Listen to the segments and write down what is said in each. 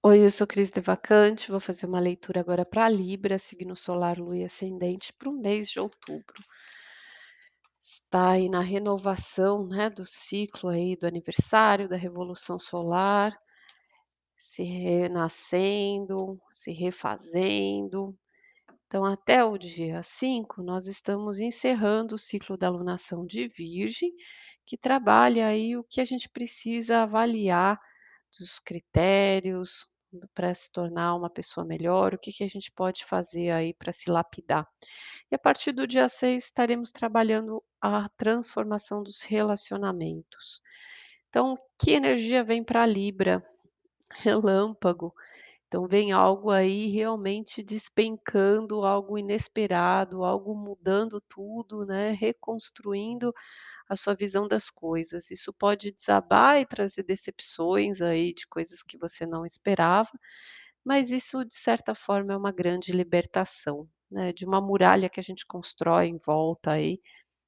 Oi, eu sou Cris Devacante, vou fazer uma leitura agora para Libra, signo solar, lua e ascendente, para o mês de outubro. Está aí na renovação, né, do ciclo aí do aniversário, da revolução solar, se renascendo, se refazendo. Então, até o dia 5, nós estamos encerrando o ciclo da alunação de Virgem, que trabalha aí o que a gente precisa avaliar dos critérios para se tornar uma pessoa melhor, o que que a gente pode fazer aí para se lapidar. E a partir do dia 6 estaremos trabalhando a transformação dos relacionamentos. Então, que energia vem para Libra? Relâmpago. Então vem algo aí realmente despencando, algo inesperado, algo mudando tudo, né, reconstruindo a sua visão das coisas. Isso pode desabar e trazer decepções aí de coisas que você não esperava, mas isso de certa forma é uma grande libertação, né, de uma muralha que a gente constrói em volta aí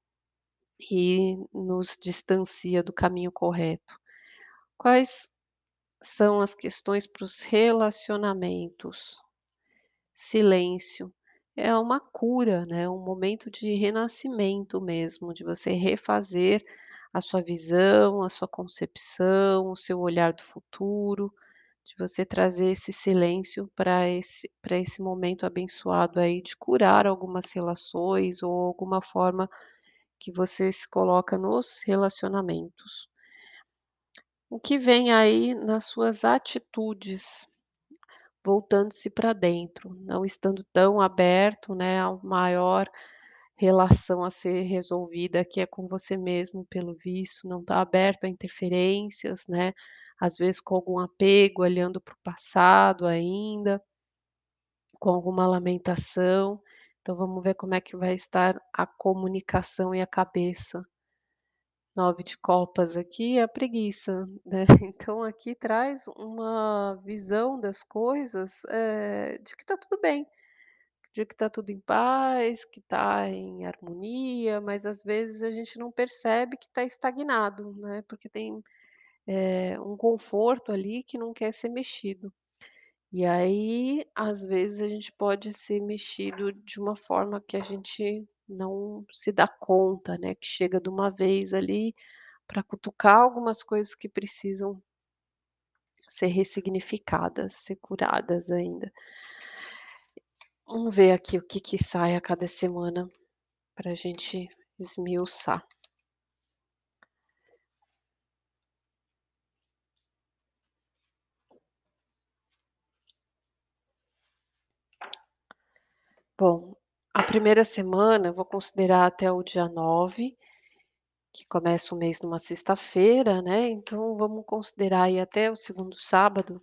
e nos distancia do caminho correto. Quais são as questões para os relacionamentos? Silêncio. É uma cura, né, um momento de renascimento mesmo, de você refazer a sua visão, a sua concepção, o seu olhar do futuro, de você trazer esse silêncio para esse momento abençoado aí de curar algumas relações ou alguma forma que você se coloca nos relacionamentos. O que vem aí nas suas atitudes? Voltando-se para dentro, não estando tão aberto, né, a maior relação a ser resolvida, que é com você mesmo, pelo visto, não está aberto a interferências, né, às vezes com algum apego, olhando para o passado ainda, com alguma lamentação. Então vamos ver como é que vai estar a comunicação e a cabeça. 9 de copas aqui é a preguiça, né, então aqui traz uma visão das coisas, de que está tudo bem, de que está tudo em paz, que está em harmonia, mas às vezes a gente não percebe que está estagnado, né, porque tem, um conforto ali que não quer ser mexido. E aí, às vezes, a gente pode ser mexido de uma forma que a gente não se dá conta, né, que chega de uma vez ali para cutucar algumas coisas que precisam ser ressignificadas, ser curadas ainda. Vamos ver aqui o que que sai a cada semana para a gente esmiuçar. Bom, a primeira semana eu vou considerar até o dia 9, que começa o mês numa sexta-feira, né, então vamos considerar aí até o segundo sábado.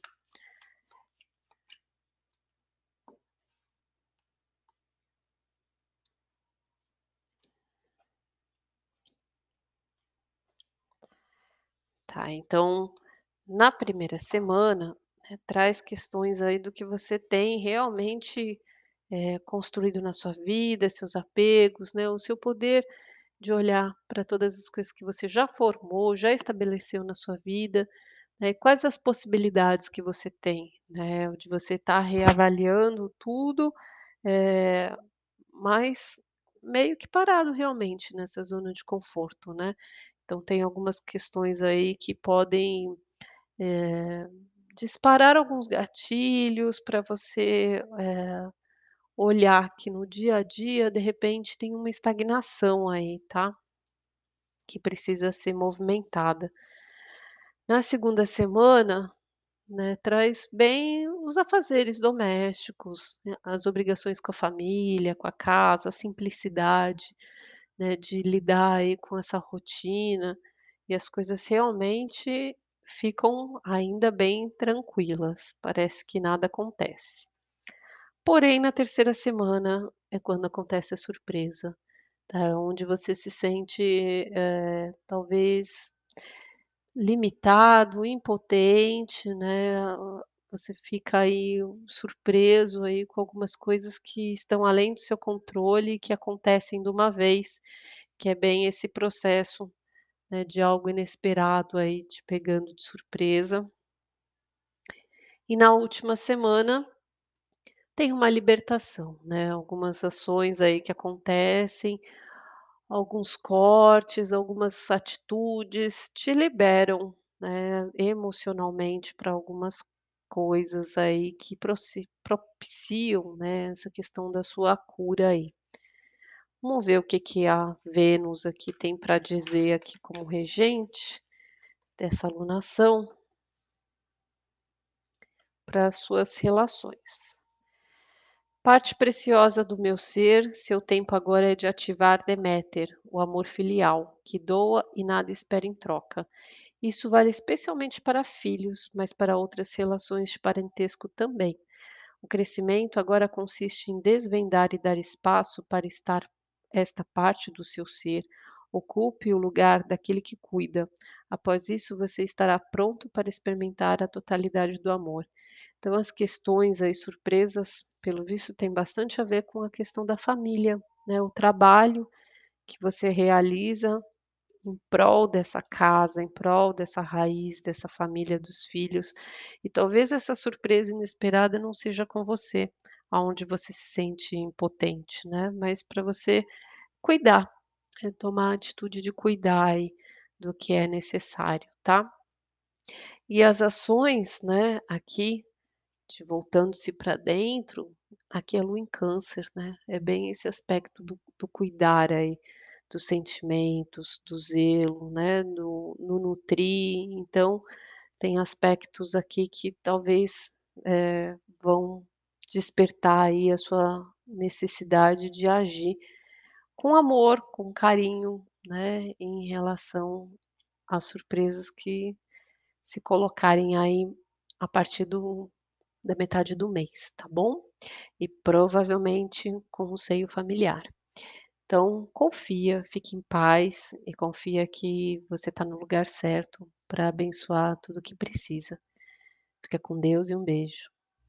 Tá, então, na primeira semana, né, traz questões aí do que você tem realmente, construído na sua vida, seus apegos, né, o seu poder de olhar para todas as coisas que você já formou, já estabeleceu na sua vida, né, e quais as possibilidades que você tem, né, de você estar reavaliando tudo, eh, mas meio que parado realmente nessa zona de conforto, né. Então tem algumas questões aí que podem, eh, disparar alguns gatilhos para você, olhar que no dia a dia, de repente, tem uma estagnação aí, tá, que precisa ser movimentada. Na segunda semana, né, traz bem os afazeres domésticos, né, as obrigações com a família, com a casa, a simplicidade, né, de lidar aí com essa rotina, e as coisas realmente ficam ainda bem tranquilas, parece que nada acontece. Porém, na terceira semana é quando acontece a surpresa, tá, onde você se sente, talvez limitado, impotente, né, você fica aí surpreso aí com algumas coisas que estão além do seu controle, que acontecem de uma vez, que é bem esse processo, né, de algo inesperado aí te pegando de surpresa. E na última semana tem uma libertação, né, algumas ações aí que acontecem, alguns cortes, algumas atitudes te liberam, né, emocionalmente para algumas coisas aí que propiciam, né, essa questão da sua cura aí. Vamos ver o que que a Vênus aqui tem para dizer aqui como regente dessa alunação para as suas relações. Parte preciosa do meu ser, seu tempo agora é de ativar Deméter, o amor filial, que doa e nada espera em troca. Isso vale especialmente para filhos, mas para outras relações de parentesco também. O crescimento agora consiste em desvendar e dar espaço para estar esta parte do seu ser. Ocupe o lugar daquele que cuida. Após isso, você estará pronto para experimentar a totalidade do amor. Então, as questões aí, surpresas, pelo visto, tem bastante a ver com a questão da família, né? O trabalho que você realiza em prol dessa casa, em prol dessa raiz, dessa família dos filhos. E talvez essa surpresa inesperada não seja com você, aonde você se sente impotente, né? Mas para você cuidar, tomar a atitude de cuidar aí do que é necessário, tá? E as ações, né, aqui de voltando-se para dentro, aqui é a lua em câncer, né, é bem esse aspecto do cuidar aí, dos sentimentos, do zelo, né, no nutrir, então tem aspectos aqui que talvez, vão despertar aí a sua necessidade de agir com amor, com carinho, né, em relação às surpresas que se colocarem aí a partir da metade do mês, tá bom? E provavelmente com um seio familiar. Então, confia, fique em paz e confia que você está no lugar certo para abençoar tudo que precisa. Fica com Deus e um beijo.